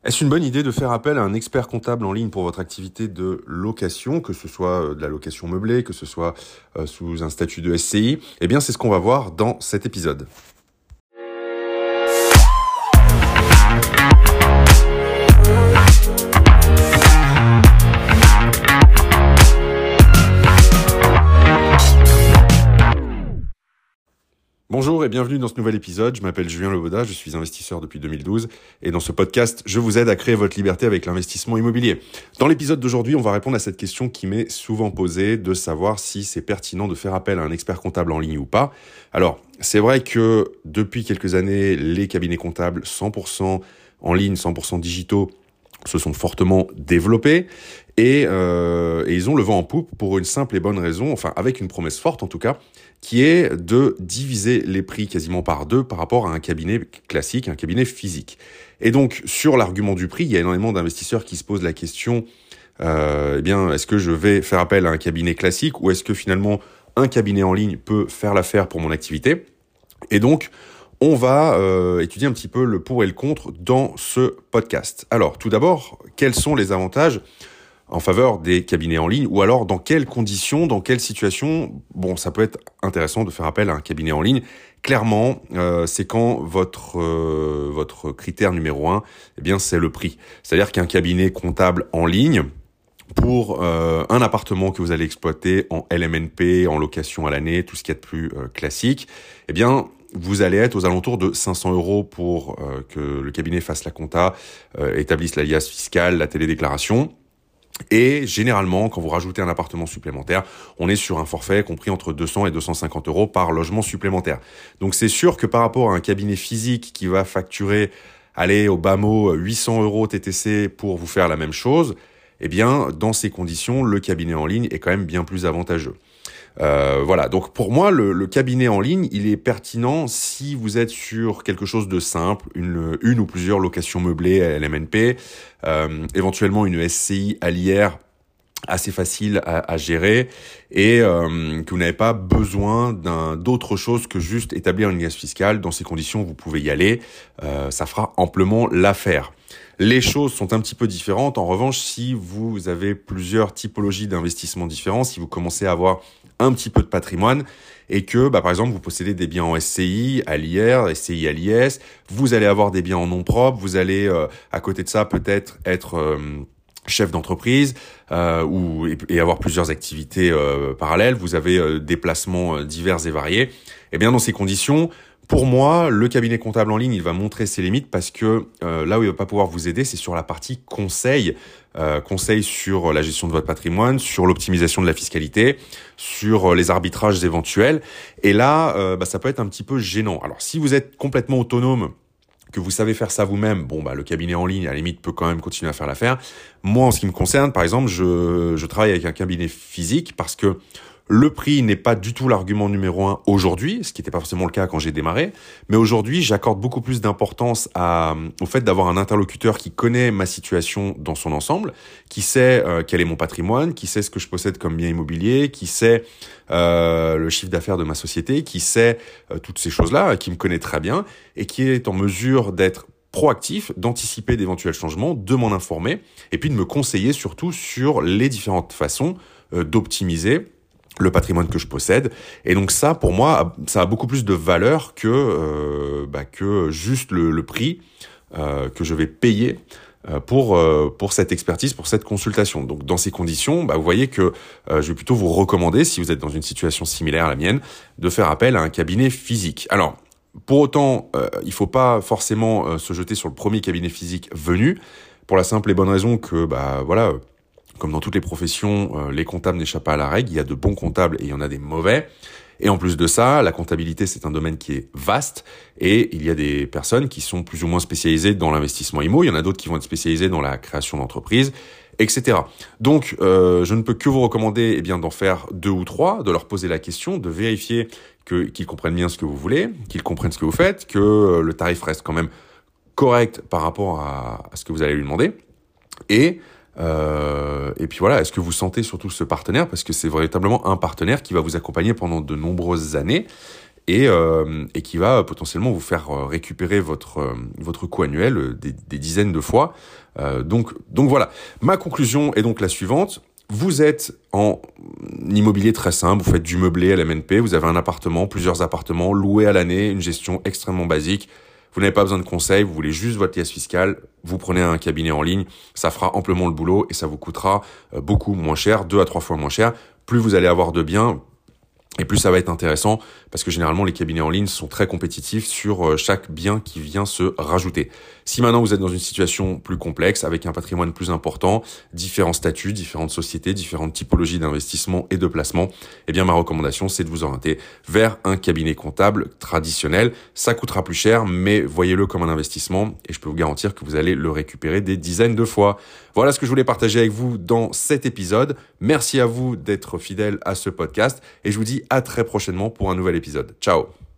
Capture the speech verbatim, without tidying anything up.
Est-ce une bonne idée de faire appel à un expert comptable en ligne pour votre activité de location, que ce soit de la location meublée, que ce soit euh, sous un statut de S C I? Eh bien, c'est ce qu'on va voir dans cet épisode. Bonjour et bienvenue dans ce nouvel épisode. Je m'appelle Julien Leboda, je suis investisseur depuis deux mille douze et dans ce podcast, je vous aide à créer votre liberté avec l'investissement immobilier. Dans l'épisode d'aujourd'hui, on va répondre à cette question qui m'est souvent posée de savoir si c'est pertinent de faire appel à un expert comptable en ligne ou pas. Alors, c'est vrai que depuis quelques années, les cabinets comptables cent pour cent en ligne, cent pour cent digitaux se sont fortement développés et, euh, et ils ont le vent en poupe pour une simple et bonne raison, enfin avec une promesse forte en tout cas, qui est de diviser les prix quasiment par deux par rapport à un cabinet classique, un cabinet physique. Et donc, sur l'argument du prix, il y a énormément d'investisseurs qui se posent la question, euh, eh bien, est-ce que je vais faire appel à un cabinet classique ou est-ce que finalement un cabinet en ligne peut faire l'affaire pour mon activité? Et donc, on va euh, étudier un petit peu le pour et le contre dans ce podcast. Alors, tout d'abord, quels sont les avantages en faveur des cabinets en ligne, ou alors dans quelles conditions, dans quelles situations, bon, ça peut être intéressant de faire appel à un cabinet en ligne. Clairement, euh, c'est quand votre euh, votre critère numéro un, eh bien, c'est le prix. C'est-à-dire qu'un cabinet comptable en ligne, pour euh, un appartement que vous allez exploiter en L M N P, en location à l'année, tout ce qu'il y a de plus euh, classique, eh bien, vous allez être aux alentours de cinq cents euros pour euh, que le cabinet fasse la compta, euh, établisse l'alias fiscal, la télédéclaration. Et généralement, quand vous rajoutez un appartement supplémentaire, on est sur un forfait compris entre deux cents et deux cent cinquante euros par logement supplémentaire. Donc c'est sûr que par rapport à un cabinet physique qui va facturer, allez, au bas mot, huit cents euros T T C pour vous faire la même chose, eh bien, dans ces conditions, le cabinet en ligne est quand même bien plus avantageux. Euh, voilà, donc pour moi, le, le cabinet en ligne, il est pertinent si vous êtes sur quelque chose de simple, une, une ou plusieurs locations meublées à L M N P, euh, éventuellement une S C I à l'I R assez facile à, à gérer et euh, que vous n'avez pas besoin d'un, d'autre chose que juste établir une liasse fiscale. Dans ces conditions, vous pouvez y aller, euh, ça fera amplement l'affaire. Les choses sont un petit peu différentes. En revanche, si vous avez plusieurs typologies d'investissements différents, si vous commencez à avoir un petit peu de patrimoine et que, bah, par exemple, vous possédez des biens en S C I, à l'I R, S C I à l'I S, vous allez avoir des biens en nom propre, vous allez, euh, à côté de ça, peut-être être... Euh, chef d'entreprise euh, ou et, et avoir plusieurs activités euh, parallèles, vous avez euh, des placements euh, divers et variés. Et bien dans ces conditions, pour moi, le cabinet comptable en ligne, il va montrer ses limites parce que euh, là où il va pas pouvoir vous aider, c'est sur la partie conseil, euh, conseil sur la gestion de votre patrimoine, sur l'optimisation de la fiscalité, sur les arbitrages éventuels. Et là, euh, bah, ça peut être un petit peu gênant. Alors si vous êtes complètement autonome, que vous savez faire ça vous-même, bon bah le cabinet en ligne à la limite peut quand même continuer à faire l'affaire. Moi en ce qui me concerne, par exemple, je je travaille avec un cabinet physique parce que le prix n'est pas du tout l'argument numéro un aujourd'hui, ce qui n'était pas forcément le cas quand j'ai démarré, mais aujourd'hui j'accorde beaucoup plus d'importance à, au fait d'avoir un interlocuteur qui connaît ma situation dans son ensemble, qui sait euh, quel est mon patrimoine, qui sait ce que je possède comme bien immobilier, qui sait euh, le chiffre d'affaires de ma société, qui sait euh, toutes ces choses-là, qui me connaît très bien et qui est en mesure d'être proactif, d'anticiper d'éventuels changements, de m'en informer et puis de me conseiller surtout sur les différentes façons euh, d'optimiser le patrimoine que je possède. Et donc ça, pour moi, ça a beaucoup plus de valeur que euh, bah, que juste le, le prix euh, que je vais payer euh, pour euh, pour cette expertise, pour cette consultation. Donc dans ces conditions, bah, vous voyez que euh, je vais plutôt vous recommander, si vous êtes dans une situation similaire à la mienne, de faire appel à un cabinet physique. Alors, pour autant, euh, il faut pas forcément euh, se jeter sur le premier cabinet physique venu, pour la simple et bonne raison que, bah voilà, comme dans toutes les professions, euh, les comptables n'échappent pas à la règle. Il y a de bons comptables et il y en a des mauvais. Et en plus de ça, la comptabilité, c'est un domaine qui est vaste. Et il y a des personnes qui sont plus ou moins spécialisées dans l'investissement immo. Il y en a d'autres qui vont être spécialisées dans la création d'entreprises, et cetera. Donc, euh, je ne peux que vous recommander eh bien, d'en faire deux ou trois, de leur poser la question, de vérifier que, qu'ils comprennent bien ce que vous voulez, qu'ils comprennent ce que vous faites, que euh, le tarif reste quand même correct par rapport à, à ce que vous allez lui demander. Et Euh, et puis voilà, est-ce que vous sentez surtout ce partenaire? Parce que c'est véritablement un partenaire qui va vous accompagner pendant de nombreuses années et, euh, et qui va potentiellement vous faire récupérer votre, euh, votre coût annuel des, des dizaines de fois. Euh, donc, donc voilà, ma conclusion est donc la suivante. Vous êtes en immobilier très simple, vous faites du meublé à la M N P, vous avez un appartement, plusieurs appartements loués à l'année, une gestion extrêmement basique. Vous n'avez pas besoin de conseils, vous voulez juste votre liasse fiscale, vous prenez un cabinet en ligne, ça fera amplement le boulot et ça vous coûtera beaucoup moins cher, deux à trois fois moins cher. Plus vous allez avoir de biens, et plus ça va être intéressant parce que généralement les cabinets en ligne sont très compétitifs sur chaque bien qui vient se rajouter. Si maintenant vous êtes dans une situation plus complexe avec un patrimoine plus important, différents statuts, différentes sociétés, différentes typologies d'investissement et de placement, eh bien ma recommandation c'est de vous orienter vers un cabinet comptable traditionnel. Ça coûtera plus cher mais voyez-le comme un investissement et je peux vous garantir que vous allez le récupérer des dizaines de fois. Voilà ce que je voulais partager avec vous dans cet épisode. Merci à vous d'être fidèles à ce podcast et je vous dis à très prochainement pour un nouvel épisode. Ciao.